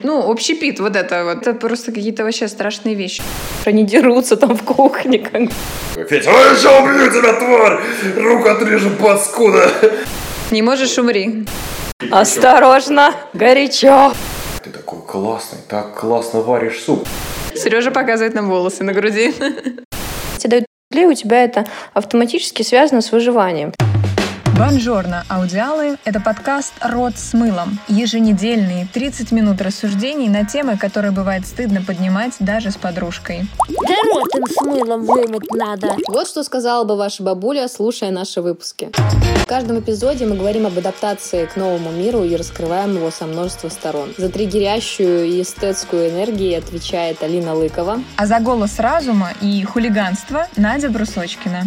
Ну, общепит вот это вот. Это просто какие-то вообще страшные вещи. Они дерутся там в кухне. Как... Федя, я сейчас убью тебя, тварь! Руку отрежу, паскуда! Не можешь, умри. Осторожно, горячо. Ты такой классный, так классно варишь суп. Сережа показывает нам волосы на груди. Тебе дают у тебя это автоматически связано с выживанием. Бонжорно, аудиалы – это подкаст «Рот с мылом». Еженедельные 30 минут рассуждений на темы, которые бывает стыдно поднимать даже с подружкой. Да рот им с мылом вымыть надо. Вот что сказала бы ваша бабуля, слушая наши выпуски. В каждом эпизоде мы говорим об адаптации к новому миру и раскрываем его со множества сторон. За триггерящую и эстетскую энергию отвечает Алина Лыкова. А за голос разума и хулиганство – Надя Брусочкина.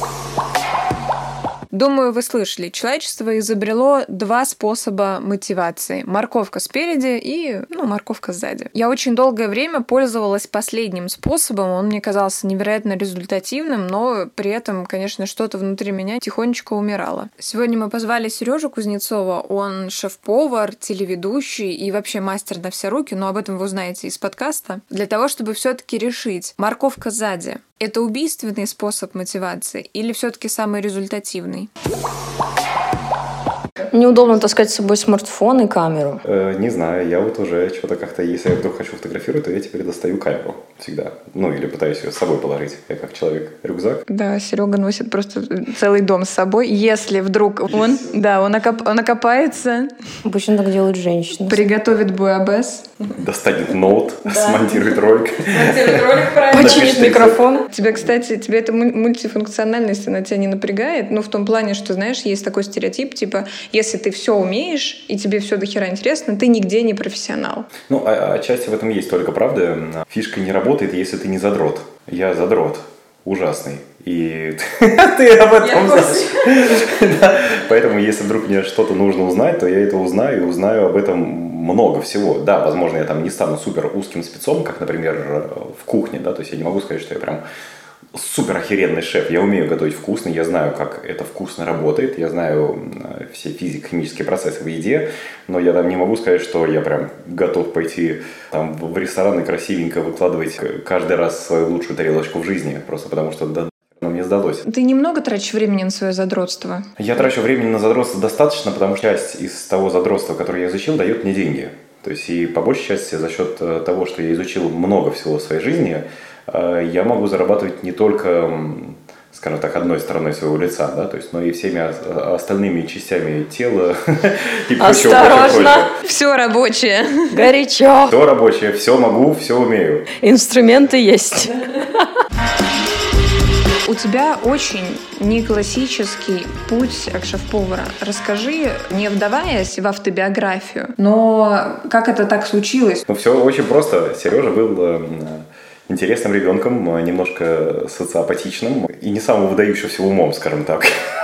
Думаю, вы слышали, человечество изобрело два способа мотивации. Морковка спереди и, морковка сзади. Я очень долгое время пользовалась последним способом, он мне казался невероятно результативным, но при этом, конечно, что-то внутри меня тихонечко умирало. Сегодня мы позвали Сережу Кузнецова, он шеф-повар, телеведущий и вообще мастер на все руки, но об этом вы узнаете из подкаста, для того, чтобы все-таки решить, морковка сзади — это убийственный способ мотивации или все-таки самый результативный? Неудобно таскать с собой смартфон и камеру. Не знаю, я вот уже что-то как-то, если я вдруг хочу фотографировать, то я теперь достаю камеру всегда. Или пытаюсь ее с собой положить. Я как человек-рюкзак. Да, Серега носит просто целый дом с собой. Если вдруг он окопается... Обычно так делают женщины. Приготовит буябес. Достанет ноут, смонтирует ролик. Починит микрофон. Тебе эта мультифункциональность, она тебя не напрягает? В том плане, что, знаешь, есть такой стереотип, типа, если ты все умеешь, и тебе все до хера интересно, ты нигде не профессионал. Отчасти в этом есть только правда. Фишка не работает, если ты не задрот. Я задрот. Ужасный. И ты об этом знаешь. Поэтому, если вдруг мне что-то нужно узнать, то я это узнаю и узнаю об этом много всего. Да, возможно, я там не стану супер узким спецом, как, например, в кухне, да, то есть я не могу сказать, что я прям супер охеренный шеф. Я умею готовить вкусно, я знаю, как это вкусно работает, я знаю все физико-химические процессы в еде, но я там не могу сказать, что я прям готов пойти там в ресторан и красивенько выкладывать каждый раз свою лучшую тарелочку в жизни, просто потому что мне сдалось. Ты немного тратишь времени на свое задротство? Я трачу времени на задротство достаточно, потому что часть из того задротства, которое я изучил, дает мне деньги. То есть и по большей части за счет того, что я изучил много всего в своей жизни, я могу зарабатывать не только, скажем так, одной стороной своего лица, да, то есть, но и всеми остальными частями тела и прочего. Осторожно! Все рабочее. Горячо! Все рабочее, все могу, все умею. Инструменты есть. У тебя очень не классический путь как шеф-повара. Расскажи, не вдаваясь в автобиографию, но как это так случилось? Все очень просто. Сережа был интересным ребенком, немножко социопатичным и не самым выдающимся умом, скажем так.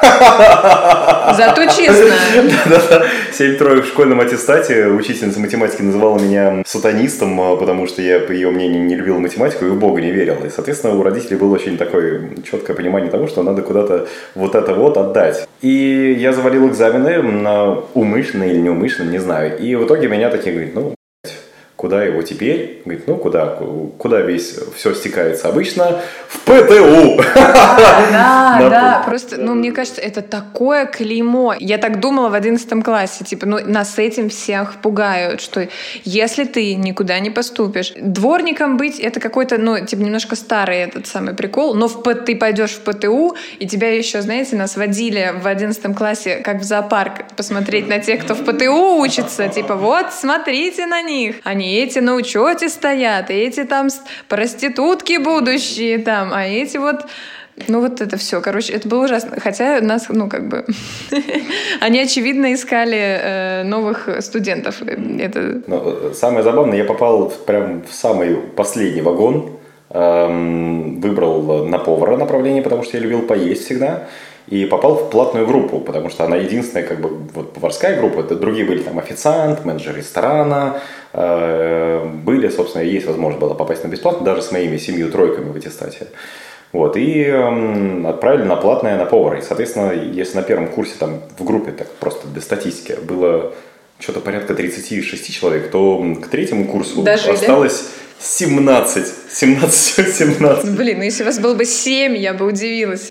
Зато честно. Да-да-да. 7 троек в школьном аттестате. Учительница математики называла меня сатанистом, потому что я, по ее мнению, не любил математику и в Бога не верил. И, соответственно, у родителей было очень такое четкое понимание того, что надо куда-то вот это вот отдать. И я завалил экзамены умышленно или неумышленно, не знаю. И в итоге меня такие говорят, куда его теперь? Говорит, куда весь все стекается обычно? В ПТУ! Да, просто, мне кажется, это такое клеймо. Я так думала в 11 классе, нас этим всех пугают, что если ты никуда не поступишь, дворником быть, это какой-то, немножко старый этот самый прикол, но ты пойдешь в ПТУ, и тебя еще, знаете, нас водили в 11 классе, как в зоопарк, посмотреть на тех, кто в ПТУ учится, вот, смотрите на них, они эти на учете стоят, эти там проститутки будущие там, а эти вот... это все. Короче, это было ужасно. Хотя нас, они, очевидно, искали новых студентов. Самое забавное, я попал прям в самый последний вагон, выбрал на повара направление, потому что я любил поесть всегда. И попал в платную группу, потому что она единственная, поварская группа. Другие были там официант, менеджер ресторана. Были, собственно, есть возможность было попасть на бесплатно, даже с моими 7 тройками в аттестате. И отправили на платное на повара. И, соответственно, если на первом курсе там в группе, так просто для статистики, было что-то порядка 36 человек, то к третьему курсу дожили. Осталось 17. 17. Блин, ну если у вас было бы 7, я бы удивилась.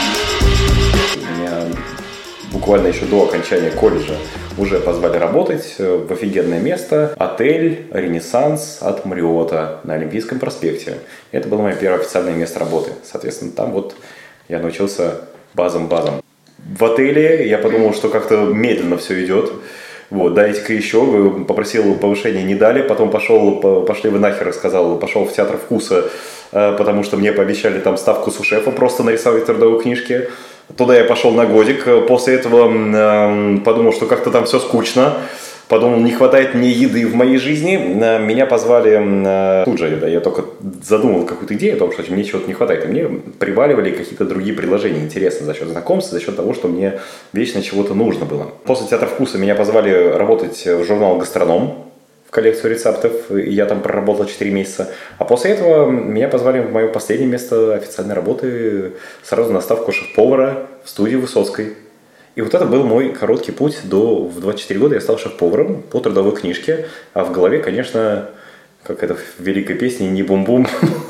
Меня буквально еще до окончания колледжа уже позвали работать в офигенное место. Отель «Ренессанс» от Марриотта на Олимпийском проспекте. Это было мое первое официальное место работы. Соответственно, там вот я научился базам. В отеле я подумал, что как-то медленно все идет. Вот, дайте-ка еще, попросил повышения, не дали, потом пошли вы нахер, сказал, пошел в театр вкуса, потому что мне пообещали там ставку су-шефа просто нарисовать в трудовой книжке. Туда я пошел на годик, после этого подумал, что как-то там все скучно, подумал, не хватает мне еды в моей жизни, меня позвали тут же, я только задумал какую-то идею о том, что мне чего-то не хватает, и мне приваливали какие-то другие предложения интересные за счет знакомств, за счет того, что мне вечно чего-то нужно было. После театра вкуса меня позвали работать в журнал «Гастроном», в коллекцию рецептов, и я там проработал 4 месяца. А после этого меня позвали в мое последнее место официальной работы сразу на ставку шеф-повара в студии Высоцкой. И вот это был мой короткий путь в 24 года я стал шеф-поваром по трудовой книжке, а в голове, конечно, как это в великой песне «Не бум-бум».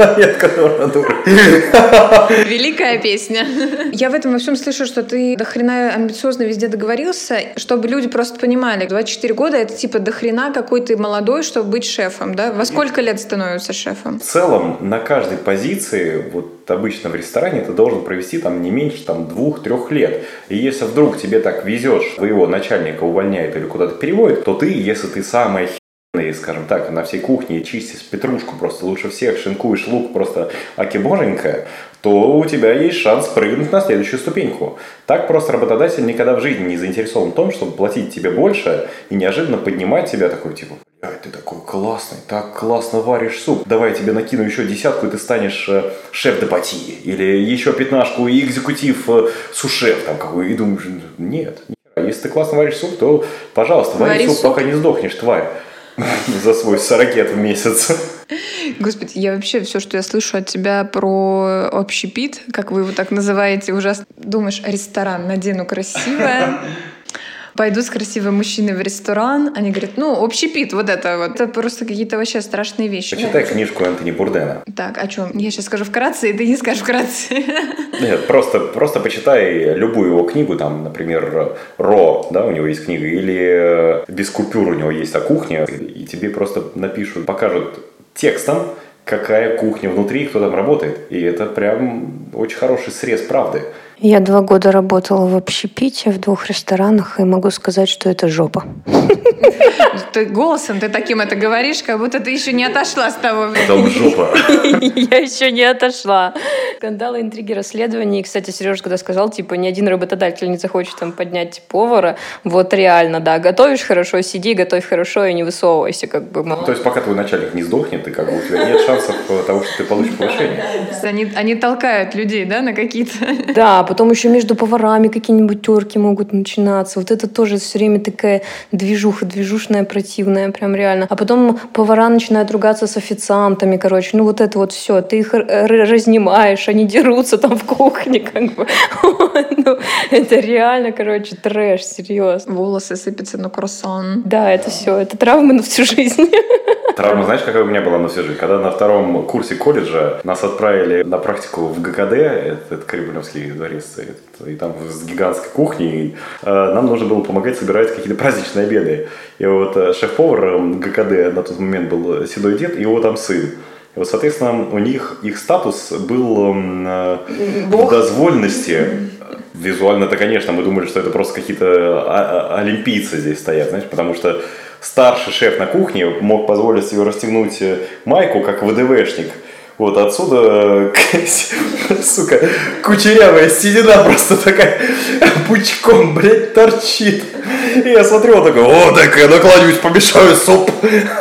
Великая песня. Я в этом во всем слышу, что ты дохрена амбициозно везде договорился, чтобы люди просто понимали, 24 года это типа дохрена какой ты молодой, чтобы быть шефом, да? Во сколько лет становится шефом? В целом, на каждой позиции, вот обычно в ресторане, ты должен провести там не меньше 2-3 лет. И если вдруг тебе так везет, твоего начальника увольняют или куда-то переводят, то ты, если ты самая скажем так, на всей кухне чистишь петрушку просто лучше всех, шинкуешь лук просто аки-боженька, то у тебя есть шанс прыгнуть на следующую ступеньку. Так просто работодатель никогда в жизни не заинтересован в том, чтобы платить тебе больше и неожиданно поднимать тебя такой, типа, блядь, ты такой классный, так классно варишь суп, давай я тебе накину еще 10, и ты станешь шеф-де-пати, или еще 15 и экзекутив сушеф там какой, и думаешь, нет, если ты классно варишь суп, то, пожалуйста, вари суп, пока не сдохнешь, тварь. За свой 40 в месяц. Господи, я вообще все, что я слышу от тебя про общепит, как вы его так называете, ужасно. Думаешь, ресторан, надену красивое, пойду с красивым мужчиной в ресторан. Они говорят, общепит, вот это вот. Это просто какие-то вообще страшные вещи. Почитай книжку Энтони Бурдена. Так, о чем? Я сейчас скажу вкратце, и ты не скажешь вкратце. Нет, просто почитай любую его книгу, там, например, «Ро», да, у него есть книга, или «Без купюр» у него есть о кухне, и тебе просто напишут, покажут текстом, какая кухня внутри, кто там работает. И это прям очень хороший срез правды. Я 2 года работала в общепите в 2 ресторанах, и могу сказать, что это жопа. Ты голосом таким это говоришь, как будто ты еще не отошла с того времени. Там жопа. Я еще не отошла. Скандалы, интриги, расследования. И, кстати, Сережа когда сказал, ни один работодатель не захочет там поднять повара. Вот реально, да. Готовишь хорошо, сиди, готовь хорошо и не высовывайся. То есть пока твой начальник не сдохнет, и у тебя нет шансов того, что ты получишь повышение. Они толкают людей, да, на какие-то... Да, потом еще между поварами какие-нибудь терки могут начинаться. Вот это тоже все время такая движушная, противная, прям реально. А потом повара начинают ругаться с официантами, вот это вот все. Ты их разнимаешь, они дерутся там в кухне, это реально, трэш, серьезно. Волосы сыпятся на круассан. Да, это все, это травмы на всю жизнь. Травма, знаешь, какая у меня была на всю жизнь? Когда на 2 курсе колледжа нас отправили на практику в ГКД, это Кремлевский дворец, и там с гигантской кухней, нам нужно было помогать собирать какие-то праздничные обеды. И вот шеф-повар ГКД на тот момент был седой дед, и его там сын. И вот, соответственно, у них их статус был в дозволенности. Визуально-то, конечно, мы думали, что это просто какие-то олимпийцы здесь стоят, знаешь, потому что старший шеф на кухне мог позволить себе расстегнуть майку, как ВДВшник. Вот отсюда, сука, кучерявая седина просто такая пучком, блядь, торчит. И я смотрю, он такой, так я накладываюсь, помешаю суп.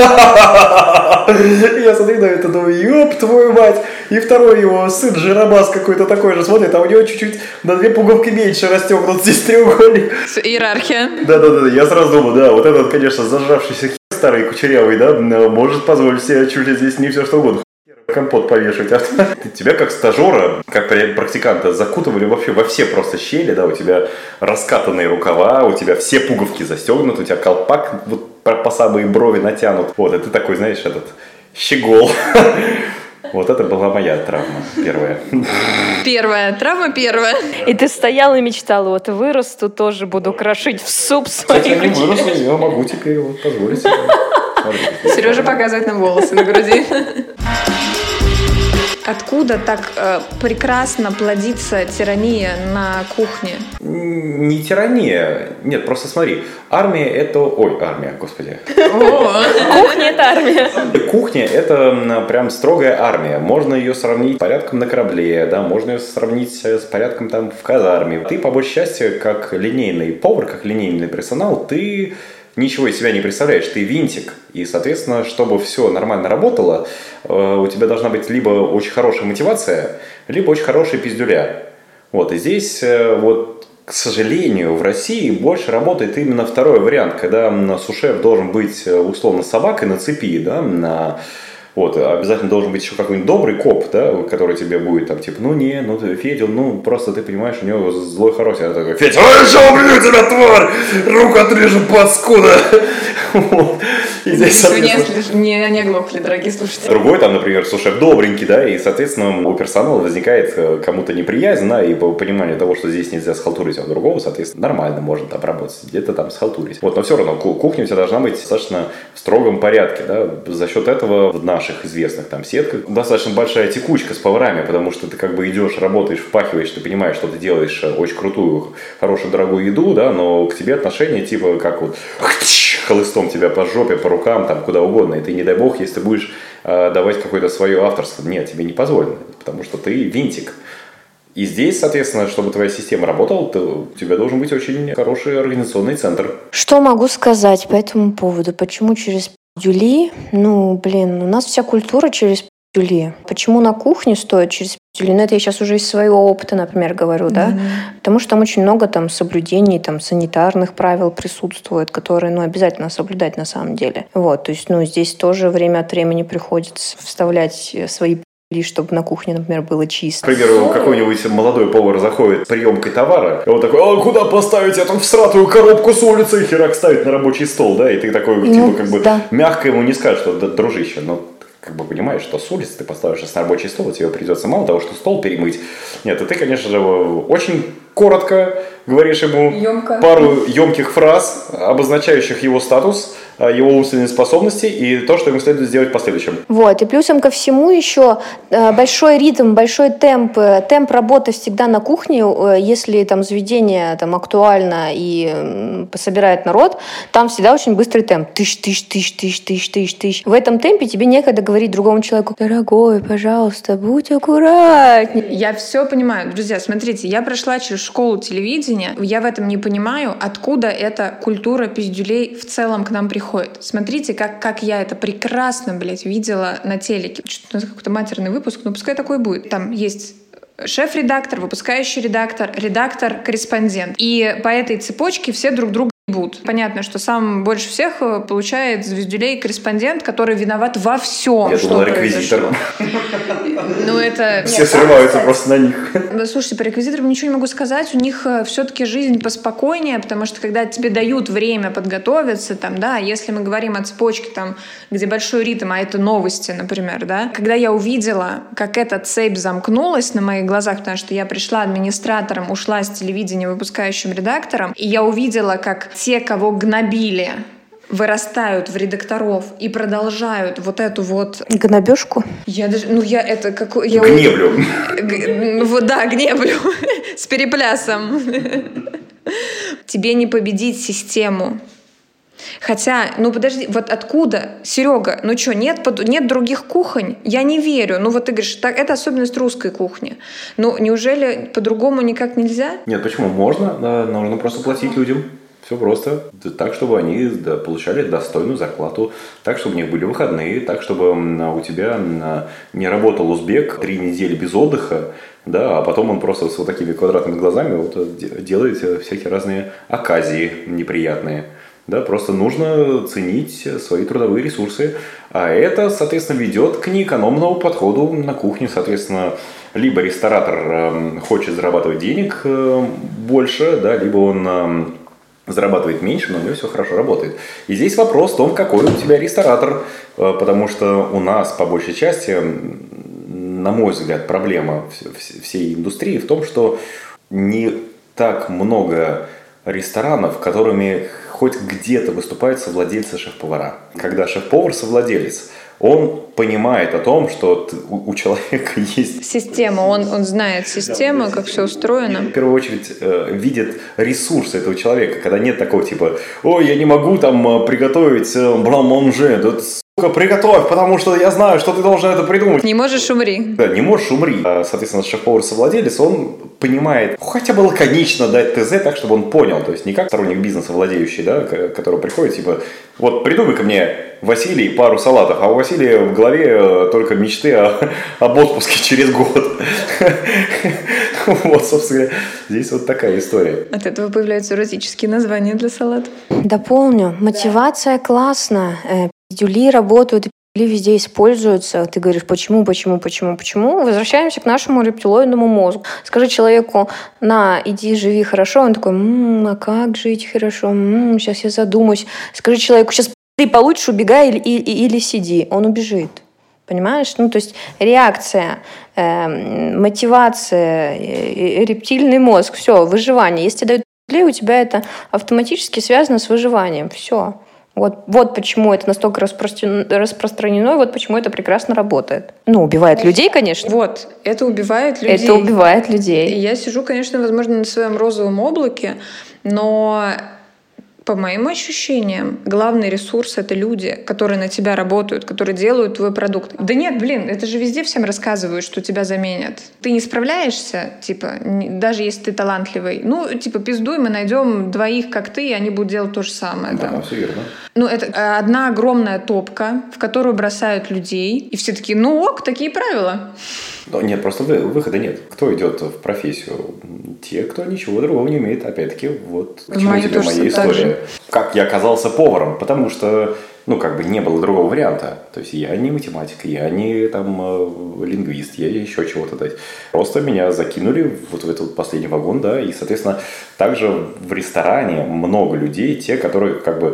И я смотрю на это, думаю, ёб твою мать. И второй его сын, жиробас какой-то такой же, смотрит, а у него чуть-чуть на 2 пуговки меньше расстегнут здесь треугольник. Иерархия. Да, я сразу думаю, да, вот этот, конечно, зажравшийся старый кучерявый, да, может позволить себе чуть ли здесь не все что угодно. компот повешать. Тебя как стажера, как практиканта закутывали вообще во все просто щели, да, у тебя раскатанные рукава, у тебя все пуговки застегнуты, у тебя колпак вот по самые брови натянут. Вот, и ты такой, знаешь, этот щегол. Вот это была моя травма первая. Травма первая. И ты стоял и мечтал, вот вырасту, тоже буду крошить в суп своих. Кстати, я не выросла, я могу теперь вот позволить себе. Сережа показывает нам волосы на груди. Откуда так прекрасно плодится тирания на кухне? Не тирания. Нет, просто смотри. Армия это... Ой, армия, господи. Кухня — это армия. Кухня это прям строгая армия. Можно ее сравнить с порядком на корабле, да, можно ее сравнить с порядком там в казарме. Ты, по большей части, как линейный повар, как линейный персонал, ты ничего из себя не представляешь, ты винтик. И, соответственно, чтобы все нормально работало, у тебя должна быть либо очень хорошая мотивация, либо очень хорошая пиздюля. Вот, и здесь, вот, к сожалению, в России больше работает именно второй вариант, когда сушеф должен быть, условно, собакой на цепи, да, вот, обязательно должен быть еще какой-нибудь добрый коп, да, который тебе будет там, типа, Федя, просто ты понимаешь, у него злой характер. Я такой, Федя, я еще убью тебя, тварь! Руку отрежу, паскуда! Вот. И здесь, не оглохли, дорогие слушатели. Другой там, например, сушеф добренький, да, и, соответственно, у персонала возникает кому-то неприязнь, да, и по пониманию того, что здесь нельзя схалтурить, а у другого, соответственно, нормально можно там работать, где-то там схалтурить. Вот, но все равно кухня у тебя должна быть достаточно в строгом порядке, да, за счет этого в наших известных там сетках достаточно большая текучка с поварами, потому что ты как бы идешь, работаешь, впахиваешь, ты понимаешь, что ты делаешь очень крутую, хорошую, дорогую еду, да, но к тебе отношение типа как вот хлыстом тебя по жопе, по рукам, там куда угодно, и ты, не дай бог, если ты будешь давать какое-то свое авторство, нет, тебе не позволено, потому что ты винтик. И здесь, соответственно, чтобы твоя система работала, у тебя должен быть очень хороший организационный центр. Что могу сказать по этому поводу? Почему через пиздюли? У нас вся культура через пиздюли. Почему на кухне стоит через пиздюли? Это я сейчас уже из своего опыта, например, говорю, да? Потому что там очень много там соблюдений, там санитарных правил присутствует, которые, обязательно соблюдать на самом деле. Вот, то есть, здесь тоже время от времени приходится вставлять свои или чтобы на кухне, например, было чисто. К примеру, какой-нибудь молодой повар заходит с приемкой товара, и он такой, куда поставить эту всратую коробку с улицы, и херак ставит на рабочий стол, да, и ты такой, мягко ему не скажешь, что, дружище, понимаешь, что с улицы ты поставишь на рабочий стол, и тебе придется мало того, что стол перемыть. Нет, и ты, конечно же, очень коротко говоришь ему пару емких фраз, обозначающих его статус, его умственные способности и то, что ему следует сделать в последующем. Вот, и плюсом ко всему еще большой ритм, большой темп работы всегда на кухне, если там заведение там актуально и собирает народ, там всегда очень быстрый темп. Тыщ. В этом темпе тебе некогда говорить другому человеку, дорогой, пожалуйста, будь аккуратней. Я все понимаю. Друзья, смотрите, я прошла через школу телевидения, я в этом не понимаю, откуда эта культура пиздюлей в целом к нам приходит. Смотрите, как я это прекрасно, видела на телеке. Что-то какой-то матерный выпуск, но пускай такой будет. Там есть шеф-редактор, выпускающий редактор, редактор-корреспондент. И по этой цепочке все друг друга ебут. Понятно, что сам больше всех получает звездюлей корреспондент, который виноват во всем, я думала, реквизитор. Это... Все срываются просто на них. Слушайте, по реквизиторам ничего не могу сказать. У них все-таки жизнь поспокойнее, потому что когда тебе дают время подготовиться, если мы говорим о цепочке, где большой ритм, а это новости, например, да, когда я увидела, как эта цепь замкнулась на моих глазах, потому что я пришла администратором, ушла с телевидения выпускающим редактором, и я увидела, как те, кого гнобили, вырастают в редакторов и продолжают вот эту вот... Гнобёжку? Гнеблю. Гнеблю. С переплясом. Тебе не победить систему. Хотя, подожди, вот откуда, Серега, нет других кухонь? Я не верю. Ты говоришь, это особенность русской кухни. Неужели по-другому никак нельзя? Нет, почему? Можно, нужно просто платить людям. Все просто. Так, чтобы они получали достойную зарплату, так, чтобы у них были выходные, так, чтобы у тебя не работал узбек 3 недели без отдыха, да, а потом он просто с вот такими квадратными глазами делает всякие разные оказии неприятные. Да, просто нужно ценить свои трудовые ресурсы. А это, соответственно, ведет к неэкономному подходу на кухне. Соответственно, либо ресторатор хочет зарабатывать денег больше, да, либо он зарабатывает меньше, но у него все хорошо работает. И здесь вопрос в том, какой у тебя ресторатор. Потому что у нас, по большей части, на мой взгляд, проблема всей индустрии в том, что не так много ресторанов, которыми хоть где-то выступают совладельцы шеф-повара. Когда шеф-повар совладелец, он понимает о том, что у человека есть... Система, он знает систему, как все устроено. В первую очередь видит ресурсы этого человека, когда нет такого типа, ой, я не могу там приготовить бламанже, да сука, приготовь, потому что я знаю, что ты должен это придумать. Не можешь — умри. Да, не можешь — умри. Соответственно, шеф-повар-совладелец, он понимает, хотя бы лаконично дать ТЗ так, чтобы он понял. То есть не как сторонник бизнеса владеющий, да, который приходит, типа, вот придумай ко мне, Василий, пару салатов, а у Василия в голове только мечты об отпуске через год. Вот, собственно, здесь вот такая история. От этого появляются эротические названия для салатов. Дополню. Мотивация классная. Пиздюли работают, и пиздюли везде используются. Ты говоришь, почему? Возвращаемся к нашему рептилоидному мозгу. Скажи человеку, на, иди, живи хорошо. Он такой, а как жить хорошо? Сейчас я задумаюсь. Скажи человеку, сейчас ты получишь, убегай или сиди. Он убежит. Понимаешь? Ну, то есть реакция, мотивация, рептильный мозг, все, выживание. Если тебе дают пиздюли, у тебя это автоматически связано с выживанием. Все. Вот почему это настолько распространено, и вот почему это прекрасно работает. Ну, убивает людей, конечно. Вот, это убивает людей. Это убивает людей. И я сижу, конечно, возможно, на своем розовом облаке, но по моим ощущениям, главный ресурс — это люди, которые на тебя работают, которые делают твой продукт. Да нет, блин, это же везде всем рассказывают, что тебя заменят. Ты не справляешься, типа, даже если ты талантливый. Ну, типа, пиздуй, мы найдем двоих, как ты, и они будут делать то же самое. Да, все верно. Ну, это одна огромная топка, в которую бросают людей, и все такие, ну ок, такие правила. Но нет, просто выхода нет. Кто идет в профессию? Те, кто ничего другого не умеет. Опять-таки, вот к чему тебе моя история. Как я оказался поваром? Потому что, не было другого варианта. То есть я не математик, я не лингвист, я еще чего-то дать. Просто меня закинули вот в этот последний вагон, да, и, соответственно, также в ресторане много людей, те, которые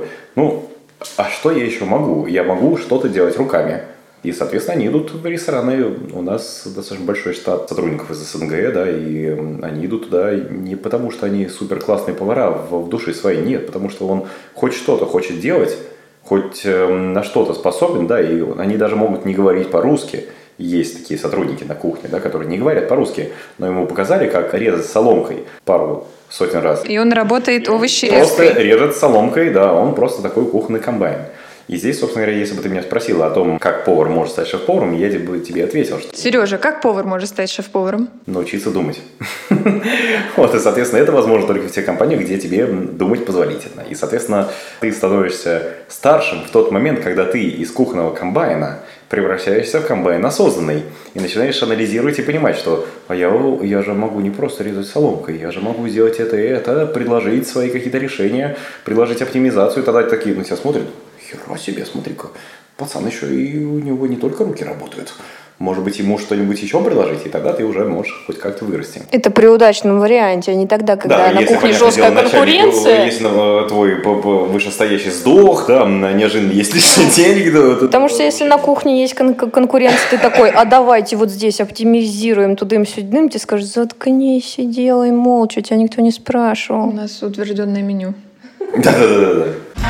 а что я еще могу? Я могу что-то делать руками. И, соответственно, они идут в рестораны. У нас достаточно большой штат сотрудников из СНГ, да, и они идут туда не потому, что они супер классные повара в душе своей, нет, потому что он хоть что-то хочет делать, хоть на что-то способен, да, и они даже могут не говорить по-русски. Есть такие сотрудники на кухне, да, которые не говорят по-русски, но ему показали, как резать соломкой пару сотен раз. И он работает овощерезкой. Просто режет соломкой, да, он просто такой кухонный комбайн. И здесь, собственно говоря, если бы ты меня спросила о том, как повар может стать шеф-поваром, я бы тебе ответил, что... Сережа, как повар может стать шеф-поваром? Научиться думать. Вот, и, соответственно, это возможно только в тех компаниях, где тебе думать позволительно. И, соответственно, ты становишься старшим в тот момент, когда ты из кухонного комбайна превращаешься в комбайн осознанный и начинаешь анализировать и понимать, что я же могу не просто резать соломкой, я же могу сделать это и это, предложить свои какие-то решения, предложить оптимизацию, и тогда такие на тебя смотрят. Хера себе, смотри-ка, пацан еще и у него не только руки работают. Может быть, ему что-нибудь еще предложить, и тогда ты уже можешь хоть как-то вырасти. Это при удачном варианте, а не тогда, когда на кухне жесткая конкуренция. Если твой вышестоящий сдох, да, неожиданно есть лишние деньги. Да, потому что если на кухне есть конкуренция, ты такой, а давайте вот здесь оптимизируем тудым-сюдым, тебе скажут, заткнись и делай молча, тебя никто не спрашивал. У нас утвержденное меню. Да.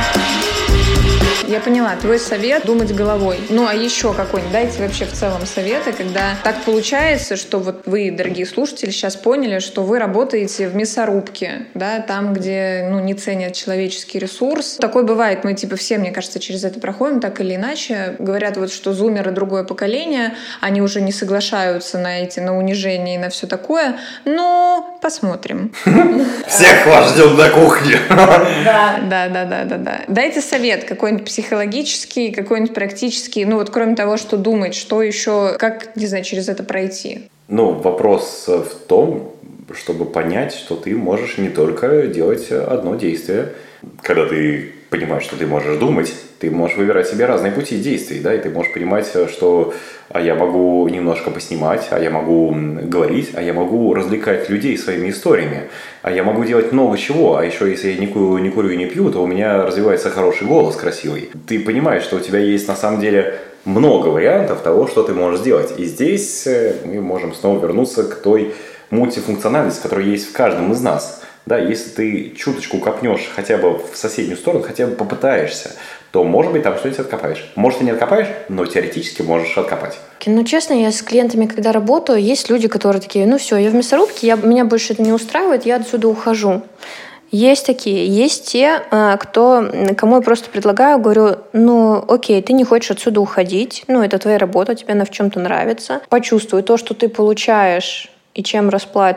Я поняла, твой совет — думать головой. Ну, а еще какой-нибудь дайте вообще в целом советы, когда так получается, что вот вы, дорогие слушатели, сейчас поняли, что вы работаете в мясорубке, да, там, где, не ценят человеческий ресурс. Такое бывает, мы, все, мне кажется, через это проходим, так или иначе. Говорят вот, что зумеры — другое поколение, они уже не соглашаются на унижение и на все такое. Но посмотрим. Всех вас ждем на кухне. Да. Дайте совет какой-нибудь психологический, какой-нибудь практический, кроме того, что думать, что еще, как, не знаю, через это пройти? Вопрос в том, чтобы понять, что ты можешь не только делать одно действие. Когда ты понимаешь, что ты можешь думать, ты можешь выбирать себе разные пути действий, да, и ты можешь понимать, что я могу немножко поснимать, а я могу говорить, а я могу развлекать людей своими историями, а я могу делать много чего, а еще если я не курю и не пью, то у меня развивается хороший голос красивый. Ты понимаешь, что у тебя есть на самом деле много вариантов того, что ты можешь сделать. И здесь мы можем снова вернуться к той мультифункциональности, которая есть в каждом из нас. Да, если ты чуточку копнешь хотя бы в соседнюю сторону, хотя бы попытаешься, то, может быть, там что-нибудь откопаешь. Может, и не откопаешь, но теоретически можешь откопать. Ну, честно, я с клиентами, когда работаю, есть люди, которые такие, ну все, я в мясорубке, меня больше это не устраивает, я отсюда ухожу. Есть такие. Есть те, кому я просто предлагаю, говорю, ну, окей, ты не хочешь отсюда уходить, ну, это твоя работа, тебе она в чем-то нравится. Почувствуй то, что ты получаешь и чем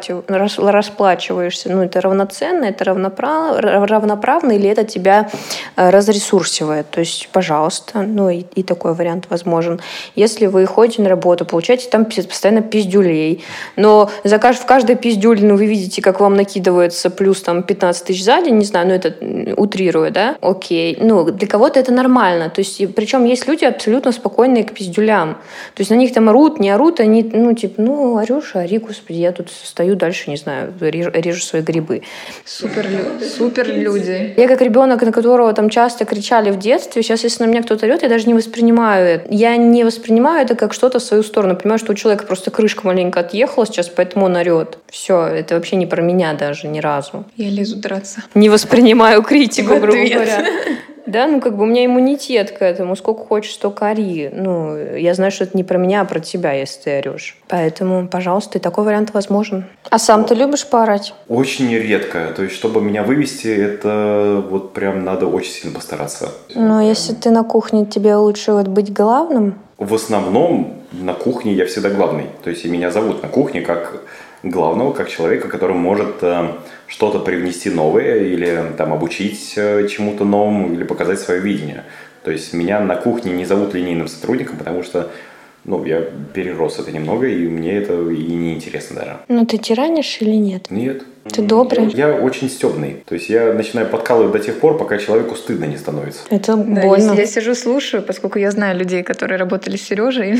расплачиваешься, ну, это равноценно, это равноправно, или это тебя разресурсивает. То есть, пожалуйста, ну, и такой вариант возможен. Если вы ходите на работу, получаете там постоянно пиздюлей, но в каждой пиздюле, ну, вы видите, как вам накидывается плюс там 15 тысяч за день, не знаю, ну, это утрирую, да? Окей. Ну, для кого-то это нормально. То есть, причем есть люди абсолютно спокойные к пиздюлям. То есть, на них там орут, не орут, они, ну, типа, ну, орешь, ори, господи, я тут стою дальше, не знаю, режу свои грибы. Супер люди. Я как ребенок, на которого там часто кричали в детстве, сейчас, если на меня кто-то орет, я даже не воспринимаю это. Я не воспринимаю это как что-то в свою сторону. Понимаю, что у человека просто крышка маленько отъехала сейчас, поэтому он орет. Все, это вообще не про меня даже ни разу. Я лезу драться. Не воспринимаю критику, грубо говоря. Да, ну как бы у меня иммунитет к этому. Сколько хочешь, столько ори. Ну, я знаю, что это не про меня, а про тебя, если ты орешь. Поэтому, пожалуйста, и такой вариант возможен. А сам ты любишь поорать? Очень редко. То есть, чтобы меня вывести, это вот прям надо очень сильно постараться. Ну, если ты на кухне, тебе лучше вот быть главным? В основном на кухне я всегда главный. То есть, и меня зовут на кухне как главного, как человека, который может что-то привнести новое или там обучить чему-то новому или показать свое видение. То есть меня на кухне не зовут линейным сотрудником, потому что я перерос это немного, и мне это и не интересно даже. Ну ты тиранишь или нет? Нет. Ты добрый? Я очень стебный. То есть я начинаю подкалывать до тех пор, пока человеку стыдно не становится. Это больно. Я сижу, слушаю, поскольку я знаю людей, которые работали с Сережей.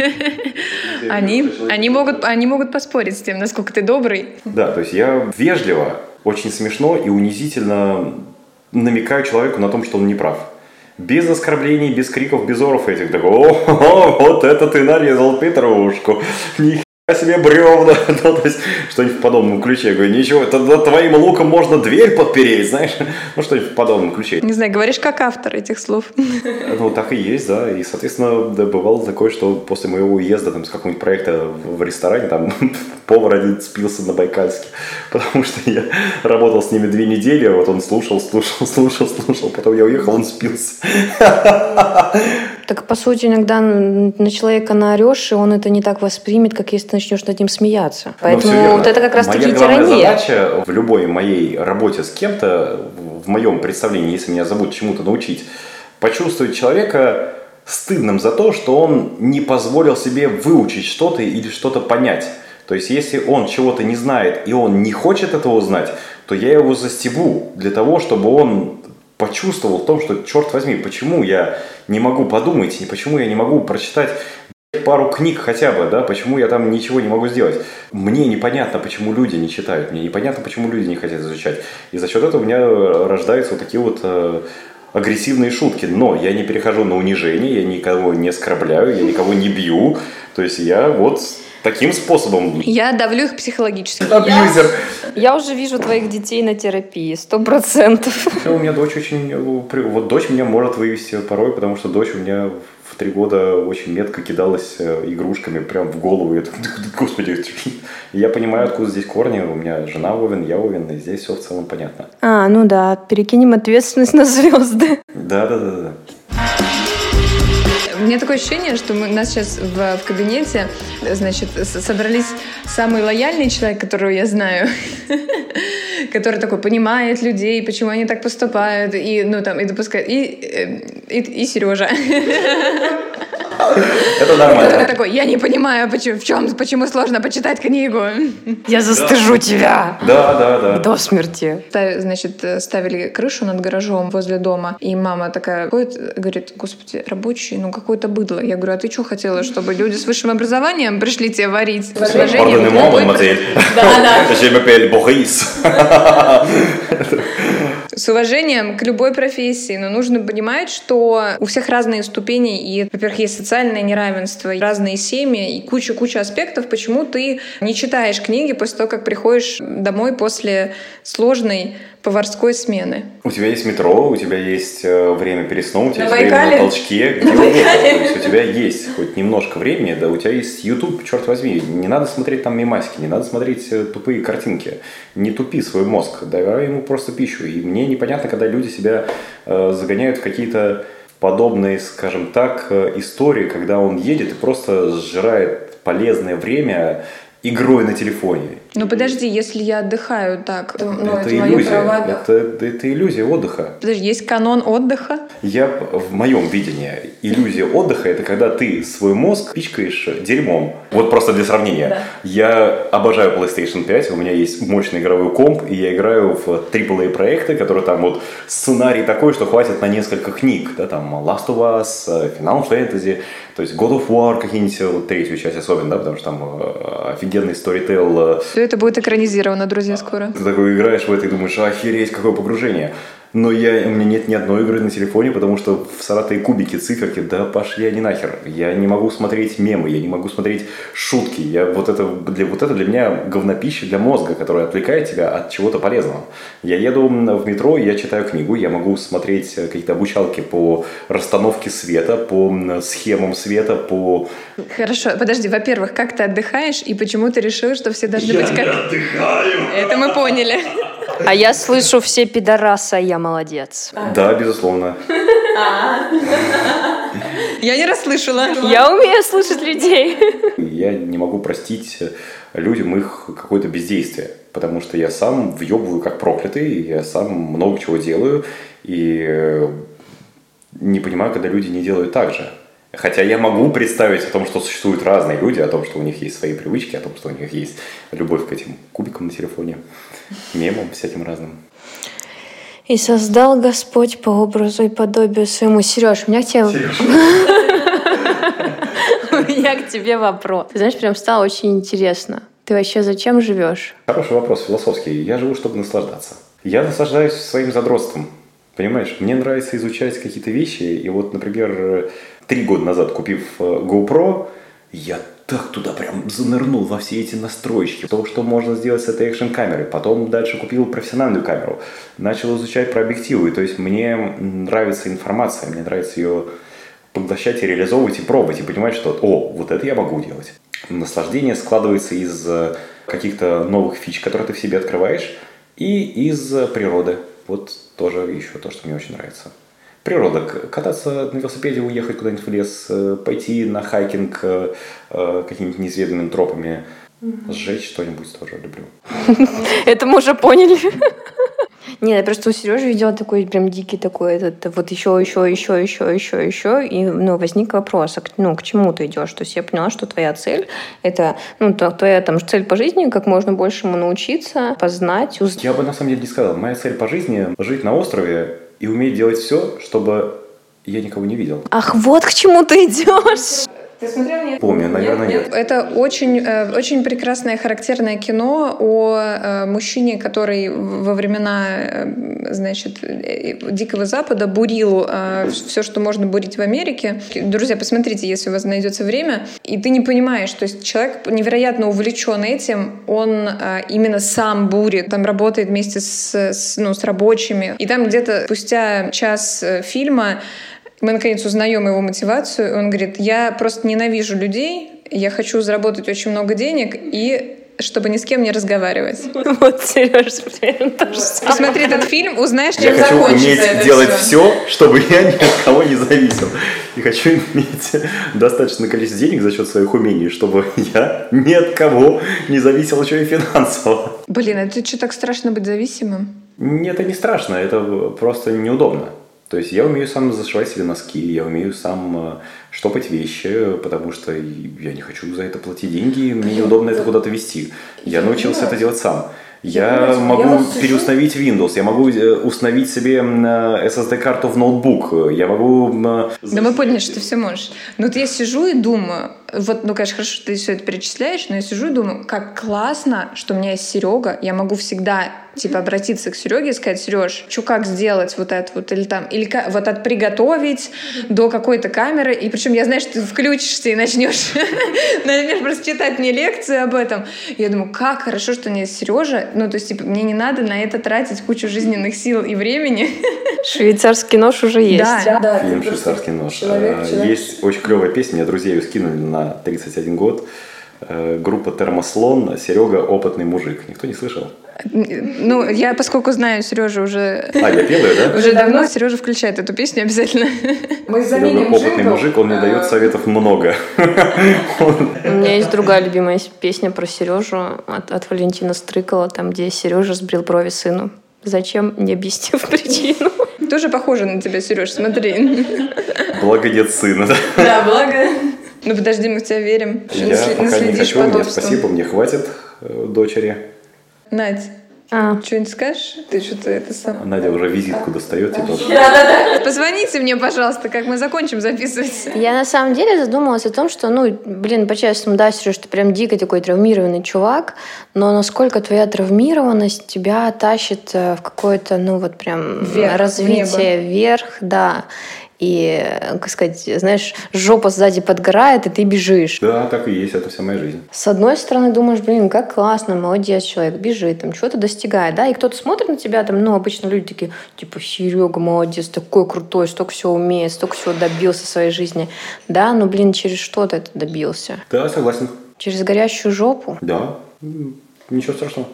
Они могут поспорить с тем, насколько ты добрый. Да, то есть я вежливо, очень смешно и унизительно намекаю человеку на том, что он не прав. Без оскорблений, без криков, без оров этих. Такой, вот это ты нарезал петрушку. Нихера себе бревна. То есть что-нибудь в подобном ключе. Я говорю, ничего, это твоим луком можно дверь подпереть, знаешь. Ну, что-нибудь в подобном ключе. Не знаю, говоришь как автор этих слов. Ну, так и есть, да. И, соответственно, бывало такое, что после моего уезда там, с какого-нибудь проекта в ресторане, там, повар один спился на Байкальске. Потому что я работал с ними 2 недели, а вот он слушал. Потом я уехал, он спился. Так, по сути, иногда на человека наорешь, и он это не так воспримет, как если ты начнешь над ним смеяться. Поэтому вот это как раз-таки тирания. Моя главная задача в любой моей работе с кем-то, в моем представлении, если меня зовут чему-то научить, почувствовать человека стыдным за то, что он не позволил себе выучить что-то или что-то понять. То есть, если он чего-то не знает, и он не хочет этого узнать, то я его застебу для того, чтобы он почувствовал в том, что, черт возьми, почему я не могу подумать, и почему я не могу прочитать пару книг хотя бы, да, почему я там ничего не могу сделать. Мне непонятно, почему люди не читают, мне непонятно, почему люди не хотят изучать. И за счет этого у меня рождаются вот такие вот агрессивные шутки. Но я не перехожу на унижение, я никого не оскорбляю, я никого не бью. То есть я вот таким способом. Я давлю их психологически. Абьюзер. Я уже вижу твоих детей на терапии, 100%. У меня дочь очень... Вот дочь меня может вывести порой, потому что дочь у меня в 3 года очень метко кидалась игрушками прям в голову. Я такой, господи, я понимаю, откуда здесь корни. У меня жена Вовин, я Вовин, и здесь все в целом понятно. Ну да, перекинем ответственность на звезды. Да. У меня такое ощущение, что у нас сейчас в кабинете, значит, собрались самый лояльный человек, которого я знаю, который такой понимает людей, почему они так поступают, и допускает, и Сережа. Это нормально. Который такой, я не понимаю, почему сложно почитать книгу. Я застыжу тебя. Да. До смерти. Значит, ставили крышу над гаражом возле дома, и мама такая ходит, говорит, господи, рабочий, ну какое-то быдло. Я говорю, а ты что хотела, чтобы люди с высшим образованием пришли тебе варить? Pardonnez-moi, mademoiselle. Je m'appelle Boris. С уважением к любой профессии, но нужно понимать, что у всех разные ступени, и, во-первых, есть социальное неравенство, разные семьи, и куча аспектов, почему ты не читаешь книги после того, как приходишь домой после сложной поварской смены. У тебя есть метро, у тебя есть время перед сном, у тебя есть Байкале? время на толчке, где угодно. То есть у тебя есть хоть немножко времени, да, у тебя есть YouTube, черт возьми. Не надо смотреть там мемасики, не надо смотреть тупые картинки. Не тупи свой мозг, давай ему просто пищу. И мне непонятно, когда люди себя загоняют в какие-то подобные, скажем так, истории, когда он едет и просто сжирает полезное время игрой на телефоне. Ну подожди, если я отдыхаю так, это иллюзия. Это иллюзия отдыха. Подожди, есть канон отдыха? В моем видении иллюзия отдыха — это когда ты свой мозг пичкаешь дерьмом. Вот просто для сравнения. Да. Я обожаю PlayStation 5, у меня есть мощный игровой комп, и я играю в AAA проекты, которые там вот сценарий такой, что хватит на несколько книг. Да, там Last of Us, Final Fantasy, то есть God of War, какие-нибудь, вот третью часть особенно, да, потому что там офигенный сторитейл. Все это будет экранизировано, друзья, скоро. Ты такой играешь в это и думаешь, охереть, какое погружение. Но у меня нет ни одной игры на телефоне, потому что в Саратове кубики, циферки, да пошли они нахер. Я не могу смотреть мемы, я не могу смотреть шутки. Вот это для меня говнопища для мозга, которая отвлекает тебя от чего-то полезного. Я еду в метро, я читаю книгу, я могу смотреть какие-то обучалки по расстановке света, по схемам света, по... Хорошо, подожди, во-первых, как ты отдыхаешь и почему ты решил, что все должны быть как... Я отдыхаю! Это мы поняли. А я слышу все пидорасы, а я молодец. Да, безусловно. Я не расслышала. Я умею слышать людей. Я не могу простить людям их какое-то бездействие, потому что я сам въебываю как проклятый, я сам много чего делаю, и не понимаю, когда люди не делают так же. Хотя я могу представить о том, что существуют разные люди, о том, что у них есть свои привычки, о том, что у них есть любовь к этим кубикам на телефоне, мемам всяким разным. И создал Господь по образу и подобию своему. Сереж, у меня к тебе вопрос. Ты знаешь, прям стало очень интересно. Ты вообще зачем живешь? Хороший вопрос, философский. Я живу, чтобы наслаждаться. Я наслаждаюсь своим задротством. Понимаешь, мне нравится изучать какие-то вещи. И вот, например, 3 года назад, купив GoPro, я так туда прям занырнул во все эти настройки. То, что можно сделать с этой экшн-камерой. Потом дальше купил профессиональную камеру. Начал изучать про объективы. То есть мне нравится информация, мне нравится ее поглощать и реализовывать, и пробовать, и понимать, что вот это я могу делать. Наслаждение складывается из каких-то новых фич, которые ты в себе открываешь, и из природы. Вот тоже еще то, что мне очень нравится. Природа. Кататься на велосипеде, уехать куда-нибудь в лес, пойти на хайкинг какими-нибудь неизведанными тропами, сжечь что-нибудь тоже люблю. Это мы уже поняли. Нет, я просто у Сережи видела такой прям дикий такой, вот еще, и возник вопрос, к чему ты идешь? То есть я поняла, что твоя цель, это, твоя там цель по жизни, как можно большему научиться, познать, узнать. Я бы на самом деле не сказал. Моя цель по жизни — жить на острове и уметь делать все, чтобы я никого не видел. Ах, вот к чему ты идешь! Ты смотрел? Нет? Помню, наверное, нет. Это очень прекрасное характерное кино о мужчине, который во времена, Дикого Запада бурил все, что можно бурить в Америке. Друзья, посмотрите, если у вас найдется время. И ты не понимаешь, то есть человек невероятно увлечен этим, он именно сам бурит, там работает вместе с рабочими. И там где-то спустя час фильма мы, наконец, узнаем его мотивацию. Он говорит, я просто ненавижу людей, я хочу заработать очень много денег и чтобы ни с кем не разговаривать. Вот, Сережа, тоже самое. Посмотри этот фильм, узнаешь, чем закончится. Я хочу уметь делать все, чтобы я ни от кого не зависел. И хочу иметь достаточное количество денег за счет своих умений, чтобы я ни от кого не зависел еще и финансово. Блин, это что, так страшно быть зависимым? Нет, это не страшно, это просто неудобно. То есть я умею сам зашивать себе носки, я умею сам штопать вещи, потому что я не хочу за это платить деньги, мне неудобно это куда-то везти. Я научился это делать сам. Я могу переустановить Windows, я могу установить себе SSD-карту в ноутбук, я могу... Да мы поняли, что ты все можешь. Но вот я сижу и думаю, вот, ну, конечно, хорошо, что ты все это перечисляешь, но я сижу и думаю, как классно, что у меня есть Серега, я могу всегда, типа, обратиться к Сереге и сказать: Сереж, что как сделать вот это вот, или там, или вот от приготовить до какой-то камеры, и причем я знаю, что ты включишься и начнешь просто читать мне лекцию об этом. Я думаю, как хорошо, что у меня есть Сережа, ну, то есть, типа, мне не надо на это тратить кучу жизненных сил и времени. Швейцарский нож уже есть. Да. Фильм «Швейцарский нож». Есть очень клевая песня, мне друзья ее скинули на 31 год. Группа «Термослон», «Серега – опытный мужик». Никто не слышал? Ну, я, поскольку знаю Сережу уже... я пел ее, да? Уже давно, Сережа включает эту песню обязательно. Серега – опытный мужик, он мне дает советов много. У меня есть другая любимая песня про Сережу от Валентина Стрыкала, там, где Сережа сбрил брови сыну. Зачем, не объяснив причину. Тоже похоже на тебя, Сереж, смотри. Благо нет сына, да? Да, благо. Ну подожди, мы в тебя верим. Я пока не хочу, мне спасибо, мне хватит дочери. Надь, что-нибудь скажешь? Ты что-то это сам. Надя уже визитку достает. Типа. Да. Позвоните мне, пожалуйста, как мы закончим записывать. Я на самом деле задумалась о том, что, по-честному, да, Сереж, ты прям дико такой травмированный чувак, но насколько твоя травмированность тебя тащит в какое-то, вверх, развитие вверх, да. И, как сказать, знаешь, жопа сзади подгорает, и ты бежишь. Да, так и есть, это вся моя жизнь. С одной стороны, думаешь, как классно, молодец, человек бежит, там, чего-то достигает, да, и кто-то смотрит на тебя, там, обычно люди такие, типа, Серега, молодец, такой крутой, столько всего умеет, столько всего добился в своей жизни, да, через что ты это добился? Да, согласен. Через горящую жопу? Да, ничего страшного.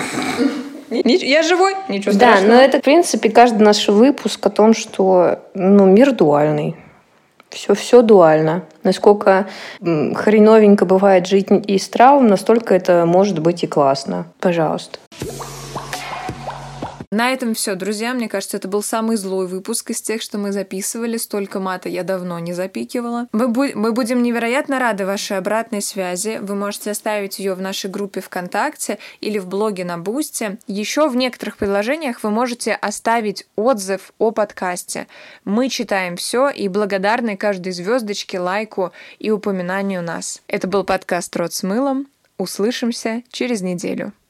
Я живой, ничего страшного. Да, но это, в принципе, каждый наш выпуск о том, что, мир дуальный. Все дуально. Насколько хреновенько бывает жить и с травм, настолько это может быть и классно. Пожалуйста. На этом все, друзья. Мне кажется, это был самый злой выпуск из тех, что мы записывали. Столько мата я давно не запикивала. Мы будем невероятно рады вашей обратной связи. Вы можете оставить ее в нашей группе ВКонтакте или в блоге на Бусти. Еще в некоторых приложениях вы можете оставить отзыв о подкасте. Мы читаем все и благодарны каждой звездочке, лайку и упоминанию нас. Это был подкаст «Рот с мылом». Услышимся через неделю.